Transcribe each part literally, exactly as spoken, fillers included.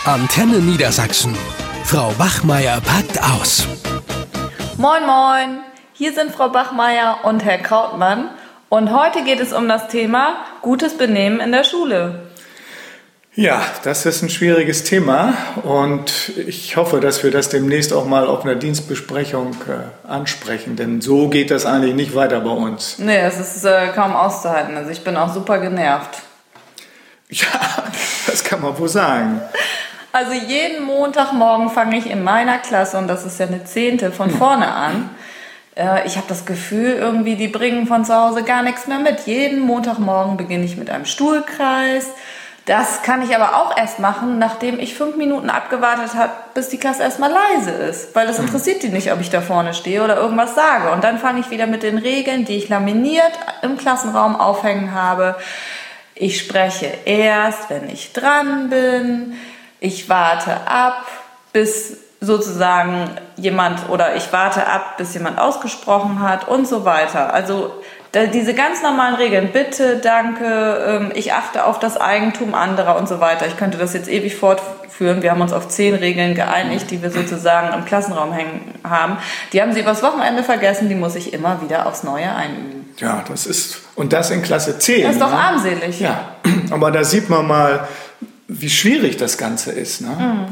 Antenne Niedersachsen. Frau Bachmeier packt aus. Moin moin, hier sind Frau Bachmeier und Herr Krautmann und heute geht es um das Thema gutes Benehmen in der Schule. Ja, das ist ein schwieriges Thema und ich hoffe, dass wir das demnächst auch mal auf einer Dienstbesprechung äh, ansprechen, denn so geht das eigentlich nicht weiter bei uns. Nee, es ist äh, kaum auszuhalten, also ich bin auch super genervt. Ja, das kann man wohl sagen. Also jeden Montagmorgen fange ich in meiner Klasse, und das ist ja eine Zehnte, von vorne an. Äh, ich habe das Gefühl, irgendwie, die bringen von zu Hause gar nichts mehr mit. Jeden Montagmorgen beginne ich mit einem Stuhlkreis. Das kann ich aber auch erst machen, nachdem ich fünf Minuten abgewartet habe, bis die Klasse erstmal leise ist. Weil das interessiert die nicht, ob ich da vorne stehe oder irgendwas sage. Und dann fange ich wieder mit den Regeln, die ich laminiert im Klassenraum aufhängen habe. Ich spreche erst, wenn ich dran bin. Ich warte ab, bis sozusagen jemand, oder ich warte ab, bis jemand ausgesprochen hat und so weiter. Also diese ganz normalen Regeln, bitte, danke, ich achte auf das Eigentum anderer und so weiter. Ich könnte das jetzt ewig fortführen. Wir haben uns auf zehn Regeln geeinigt, die wir sozusagen im Klassenraum hängen haben. Die haben sie übers Wochenende vergessen, die muss ich immer wieder aufs Neue einüben. Ja, das ist, und das in Klasse zehn. Das ist doch ne? armselig. Ja, aber da sieht man mal, wie schwierig das Ganze ist. Ne? Mhm.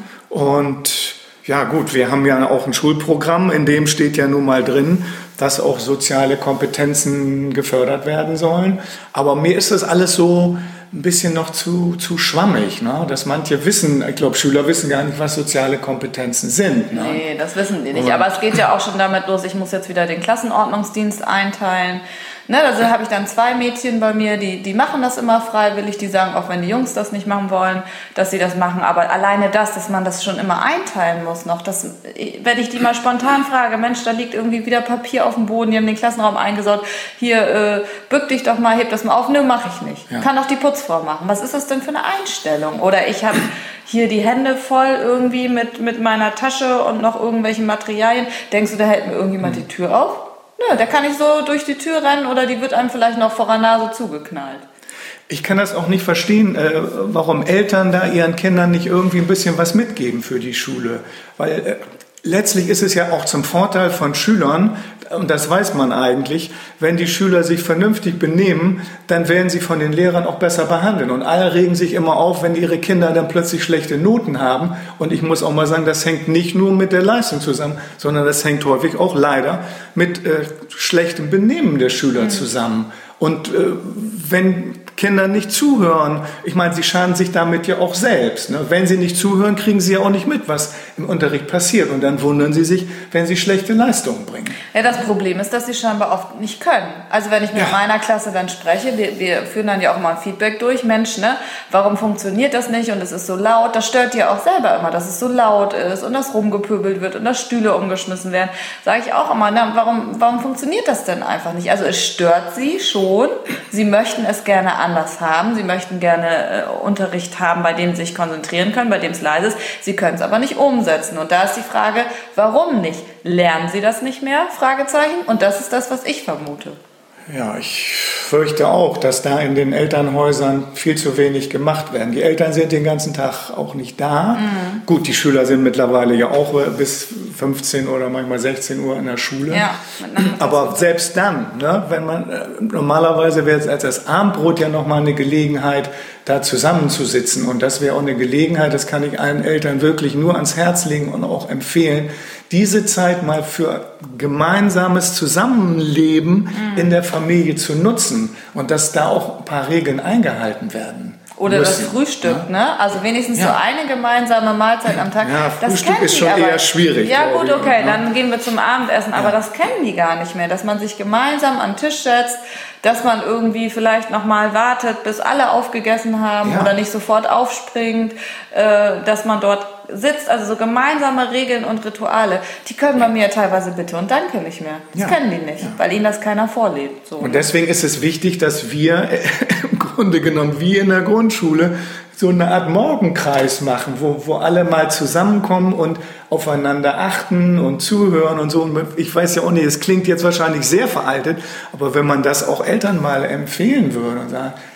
Und ja gut, wir haben ja auch ein Schulprogramm, in dem steht ja nun mal drin, dass auch soziale Kompetenzen gefördert werden sollen. Aber mir ist das alles so ein bisschen noch zu, zu schwammig, ne? Dass manche wissen, ich glaube, Schüler wissen gar nicht, was soziale Kompetenzen sind. Ne? Nee, das wissen die nicht. Aber es geht ja auch schon damit los, ich muss jetzt wieder den Klassenordnungsdienst einteilen. Ne, also habe ich dann zwei Mädchen bei mir, die, die machen das immer freiwillig, die sagen, auch wenn die Jungs das nicht machen wollen, dass sie das machen. Aber alleine das, dass man das schon immer einteilen muss noch, das, wenn ich die mal spontan frage, Mensch, da liegt irgendwie wieder Papier auf dem Boden, die haben den Klassenraum eingesaut, hier, äh, bück dich doch mal, heb das mal auf. Nö, mache ich nicht. Ja. Kann doch die Putzfrau machen. Was ist das denn für eine Einstellung? Oder ich habe hier die Hände voll irgendwie mit, mit meiner Tasche und noch irgendwelchen Materialien. Denkst du, da hält mir irgendjemand mhm. die Tür auf? Nö, da kann ich so durch die Tür rennen oder die wird einem vielleicht noch vor der Nase zugeknallt. Ich kann das auch nicht verstehen, äh, warum Eltern da ihren Kindern nicht irgendwie ein bisschen was mitgeben für die Schule. Weil äh, letztlich ist es ja auch zum Vorteil von Schülern, und das weiß man eigentlich, wenn die Schüler sich vernünftig benehmen, dann werden sie von den Lehrern auch besser behandelt. Und alle regen sich immer auf, wenn ihre Kinder dann plötzlich schlechte Noten haben. Und ich muss auch mal sagen, das hängt nicht nur mit der Leistung zusammen, sondern das hängt häufig auch leider mit äh, schlechtem Benehmen der Schüler mhm. zusammen. Und äh, wenn Kinder nicht zuhören, ich meine, sie schaden sich damit ja auch selbst. Ne? Wenn sie nicht zuhören, kriegen sie ja auch nicht mit, was im Unterricht passiert. Und dann wundern sie sich, wenn sie schlechte Leistungen bringen. Ja, das Problem ist, dass sie scheinbar oft nicht können. Also wenn ich mit ja. meiner Klasse dann spreche, wir, wir führen dann ja auch mal ein Feedback durch. Mensch, ne, warum funktioniert das nicht und es ist so laut? Das stört die ja auch selber immer, dass es so laut ist und dass rumgepöbelt wird und dass Stühle umgeschmissen werden. Sage ich auch immer, na, warum, warum funktioniert das denn einfach nicht? Also es stört sie schon. Sie möchten es gerne anders haben. Sie möchten gerne äh, Unterricht haben, bei dem sie sich konzentrieren können, bei dem es leise ist. Sie können es aber nicht umsetzen. Und da ist die Frage, warum nicht? Lernen sie das nicht mehr? Fragezeichen. Und das ist das, was ich vermute. Ja, ich fürchte auch, dass da in den Elternhäusern viel zu wenig gemacht werden. Die Eltern sind den ganzen Tag auch nicht da. Mhm. Gut, die Schüler sind mittlerweile ja auch bis fünfzehn oder manchmal sechzehn Uhr in der Schule. Ja, aber selbst dann, ne, wenn man normalerweise wäre es als das Abendbrot ja nochmal eine Gelegenheit, da zusammenzusitzen. Und das wäre auch eine Gelegenheit, das kann ich allen Eltern wirklich nur ans Herz legen und auch empfehlen, diese Zeit mal für gemeinsames Zusammenleben mhm. in der Familie zu nutzen und dass da auch ein paar Regeln eingehalten werden. Oder müssen. Das Frühstück, ja. ne? Also wenigstens ja. so eine gemeinsame Mahlzeit am Tag. Ja, das Frühstück ist schon aber. eher schwierig. Ja gut, okay, ich, dann gehen wir zum Abendessen. Aber ja. das kennen die gar nicht mehr, dass man sich gemeinsam an den Tisch setzt, dass man irgendwie vielleicht noch mal wartet, bis alle aufgegessen haben ja. oder nicht sofort aufspringt, äh, dass man dort sitzt. Also so gemeinsame Regeln und Rituale, die können bei mir teilweise Bitte und Danke nicht mehr. Das ja. kennen die nicht, ja. weil ihnen das keiner vorlebt. So. Und deswegen ist es wichtig, dass wir äh, im Grunde genommen wie in der Grundschule so eine Art Morgenkreis machen, wo, wo alle mal zusammenkommen und aufeinander achten und zuhören und so. Und ich weiß ja auch nicht, es klingt jetzt wahrscheinlich sehr veraltet, aber wenn man das auch Eltern mal empfehlen würde und sagen,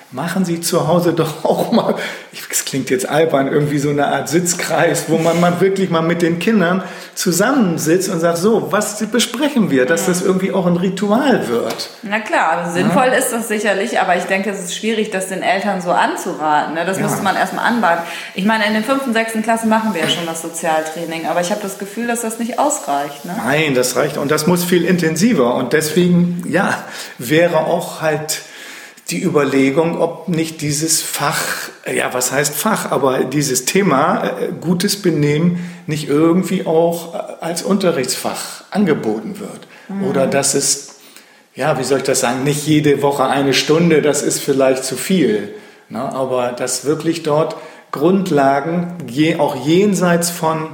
machen Sie zu Hause doch auch mal, es klingt jetzt albern, irgendwie so eine Art Sitzkreis, wo man mal wirklich mal mit den Kindern zusammensitzt und sagt, so, was besprechen wir, dass das irgendwie auch ein Ritual wird. Na klar, also sinnvoll ja. ist das sicherlich, aber ich denke, es ist schwierig, das den Eltern so anzuraten. Ne? Das ja. müsste man erstmal anbauen. Ich meine, in den fünften, sechsten Klassen machen wir ja schon das Sozialtraining, aber ich habe das Gefühl, dass das nicht ausreicht. Ne? Nein, das reicht und das muss viel intensiver und deswegen, ja, wäre auch halt die Überlegung, ob nicht dieses Fach, ja, was heißt Fach, aber dieses Thema, äh, gutes Benehmen, nicht irgendwie auch äh, als Unterrichtsfach angeboten wird. Mhm. Oder dass es, ja, wie soll ich das sagen, nicht jede Woche eine Stunde, das ist vielleicht zu viel. Ne? Aber dass wirklich dort Grundlagen, je, auch jenseits von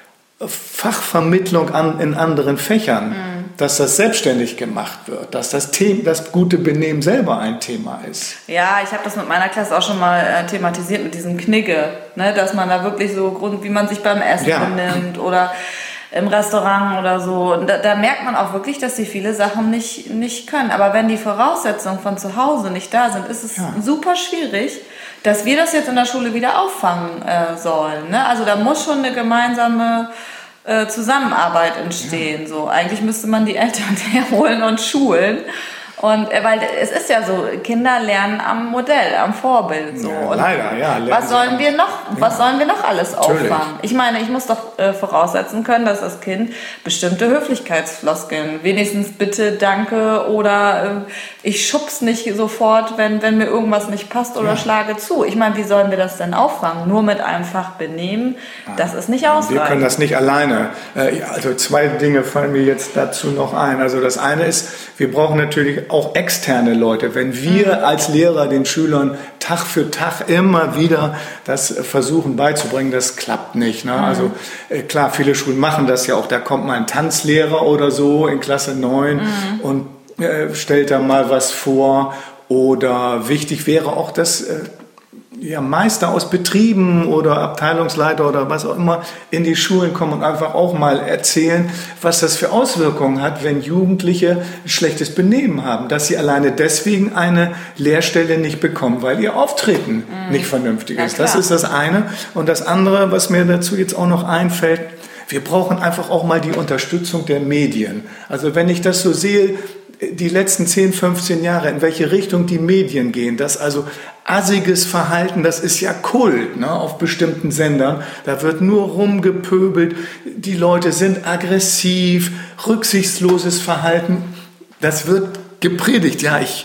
Fachvermittlung an, in anderen Fächern, mhm. dass das selbstständig gemacht wird, dass das, Thema, das gute Benehmen selber ein Thema ist. Ja, ich habe das mit meiner Klasse auch schon mal äh, thematisiert mit diesem Knigge, ne? Dass man da wirklich so, Grund, wie man sich beim Essen ja. benimmt oder im Restaurant oder so. Und da, da merkt man auch wirklich, dass sie viele Sachen nicht, nicht können. Aber wenn die Voraussetzungen von zu Hause nicht da sind, ist es ja. super schwierig, dass wir das jetzt in der Schule wieder auffangen äh, sollen. Ne? Also da muss schon eine gemeinsame äh, Zusammenarbeit entstehen. Ja. So. Eigentlich müsste man die Eltern herholen und schulen. Und äh, weil es ist ja so, Kinder lernen am Modell, am Vorbild. So. Ja, und leider, ja. Was sollen wir noch, ja. was sollen wir noch alles Natürlich. auffangen? Ich meine, ich muss doch äh, voraussetzen können, dass das Kind bestimmte Höflichkeitsfloskeln, wenigstens bitte, danke oder äh, ich schub's nicht sofort, wenn, wenn mir irgendwas nicht passt oder ja. schlage zu. Ich meine, wie sollen wir das denn auffangen? Nur mit einfach benehmen, das ist nicht ausreichend. Wir können das nicht alleine. Äh, also zwei Dinge fallen mir jetzt dazu noch ein. Also das eine ist, wir brauchen natürlich auch externe Leute. Wenn wir als Lehrer den Schülern Tag für Tag immer wieder das versuchen beizubringen, das klappt nicht. Ne? Mhm. Also äh, klar, viele Schulen machen das ja auch. Da kommt mal ein Tanzlehrer oder so in Klasse neun mhm. und äh, stellt da mal was vor. Oder wichtig wäre auch, dass äh, ja, Meister aus Betrieben oder Abteilungsleiter oder was auch immer in die Schulen kommen und einfach auch mal erzählen, was das für Auswirkungen hat, wenn Jugendliche ein schlechtes Benehmen haben, dass sie alleine deswegen eine Lehrstelle nicht bekommen, weil ihr Auftreten mhm. nicht vernünftig ist. Das ist das eine. Und das andere, was mir dazu jetzt auch noch einfällt, wir brauchen einfach auch mal die Unterstützung der Medien. Also wenn ich das so sehe, die letzten zehn, fünfzehn Jahre, in welche Richtung die Medien gehen, das also assiges Verhalten, das ist ja Kult, ne, auf bestimmten Sendern, da wird nur rumgepöbelt, die Leute sind aggressiv, rücksichtsloses Verhalten, das wird gepredigt, ja, ich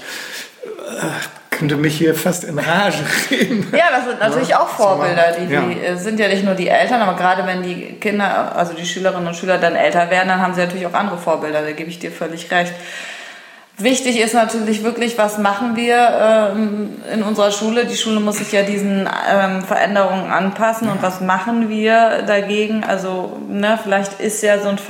äh, könnte mich hier fast in Rage reden. Ja, das sind natürlich ja, auch Vorbilder, die, die ja. sind ja nicht nur die Eltern, aber gerade wenn die Kinder, also die Schülerinnen und Schüler dann älter werden, dann haben sie natürlich auch andere Vorbilder, da gebe ich dir völlig recht. Wichtig ist natürlich wirklich, was machen wir ähm, in unserer Schule? Die Schule muss sich ja diesen ähm, Veränderungen anpassen. Und was machen wir dagegen? Also ne, vielleicht ist ja so ein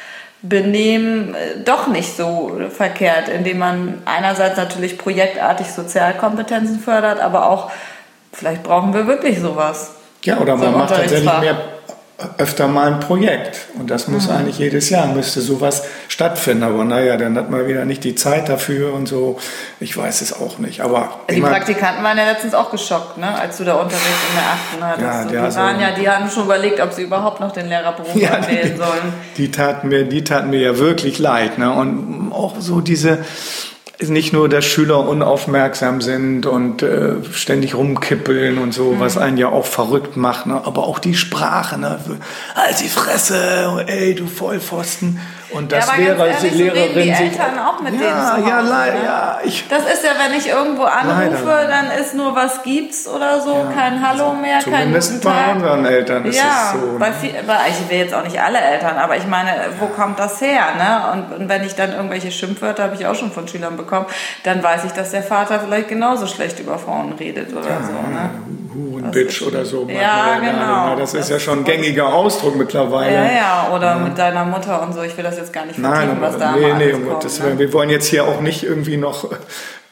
Fachbenehmen äh, doch nicht so verkehrt, indem man einerseits natürlich projektartig Sozialkompetenzen fördert, aber auch vielleicht brauchen wir wirklich sowas. Ja, oder man so macht tatsächlich mehr öfter mal ein Projekt. Und das muss mhm. eigentlich jedes Jahr, müsste sowas stattfinden. Aber naja, dann hat man wieder nicht die Zeit dafür und so. Ich weiß es auch nicht. Aber die immer, Praktikanten waren ja letztens auch geschockt, ne? Als du da Unterricht in der achten hattest. Ja, die, waren so, ja, die haben schon überlegt, ob sie überhaupt noch den Lehrerberuf ja, anwählen sollen. Die, die, taten mir, die taten mir ja wirklich leid. Ne? Und auch so diese... nicht nur, dass Schüler unaufmerksam sind und äh, ständig rumkippeln und so, mhm. was einen ja auch verrückt macht, ne? Aber auch die Sprache, ne? Halt die Fresse, ey, du Vollpfosten. Und das ja, wäre als Lehrerin die sich Eltern auch mit ja, denen zu Hause, ja, leider, ne? ja, ich, das ist ja, wenn ich irgendwo anrufe, leider. Dann ist nur was gibt's oder so, ja, kein Hallo mehr, also kein Zumindest bei unseren Eltern ist ja, es so. Bei ne? viel, bei, ich will jetzt auch nicht alle Eltern, aber ich meine, wo kommt das her? Ne? Und, und wenn ich dann irgendwelche Schimpfwörter, habe ich auch schon von Schülern bekommen, dann weiß ich, dass der Vater vielleicht genauso schlecht über Frauen redet oder ja, so. Ne? Hurenbitch oder so. Ja, genau. Das, das ist ja schon ein gängiger Ausdruck mittlerweile. Ja, ja, oder ja. mit deiner Mutter und so. Ich will das jetzt gar nicht vertiefen, was da nee, mal nee, alles um kommt. Gottes Ne? Willen. Wir wollen jetzt hier auch nicht irgendwie noch äh,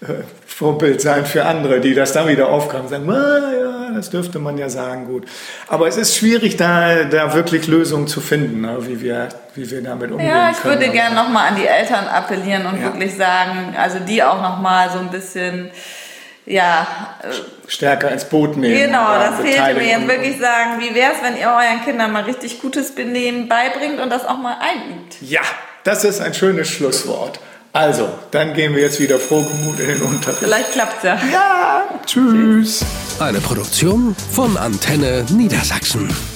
Vorbild sein für andere, die das dann wieder aufgreifen und sagen, ah, ja, das dürfte man ja sagen, gut. Aber es ist schwierig, da, da wirklich Lösungen zu finden, ne, wie wir, wie wir damit umgehen können. Ja, ich würde gerne nochmal an die Eltern appellieren und ja. wirklich sagen, also die auch nochmal so ein bisschen... ja, stärker ins Boot nehmen. Genau, das fehlte mir jetzt wirklich sagen, wie wäre es, wenn ihr euren Kindern mal richtig gutes Benehmen beibringt und das auch mal einübt? Ja, das ist ein schönes Schlusswort. Also, dann gehen wir jetzt wieder frohgemut in den Unterricht. Vielleicht klappt's ja. Ja, tschüss. Eine Produktion von Antenne Niedersachsen.